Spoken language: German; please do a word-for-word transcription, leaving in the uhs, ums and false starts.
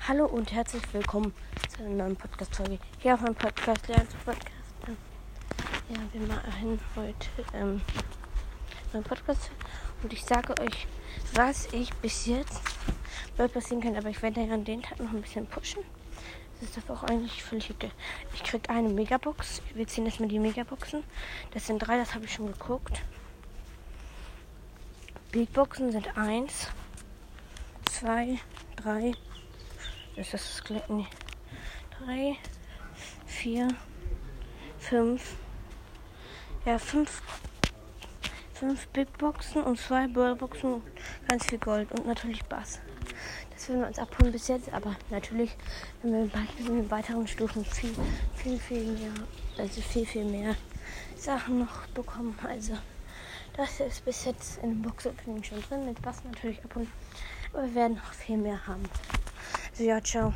Hallo und herzlich willkommen zu einer neuen Podcast-Folge hier auf meinem Podcast Lernen zu Podcasten. Ja, wir machen heute ähm, meinen Podcast und ich sage euch, was ich bis jetzt bald passieren kann, aber ich werde ja an den Tag noch ein bisschen pushen. Das ist doch auch eigentlich völlig okay. Ich kriege eine Megabox. Wir ziehen erstmal die Megaboxen. Das sind drei, das habe ich schon geguckt. Bigboxen sind eins, zwei, drei. Das ist das nee, drei, vier, fünf. Ja, fünf. Fünf Bigboxen und zwei Brawlboxen, ganz viel Gold und natürlich Bass. Das werden wir uns abholen bis jetzt, aber natürlich, wenn wir bald in den weiteren Stufen viel, viel, viel mehr, also viel, viel mehr Sachen noch bekommen. Also, das ist bis jetzt in dem Box-Opening schon drin, mit Bass natürlich abholen, aber wir werden noch viel mehr haben. Also ja, ciao.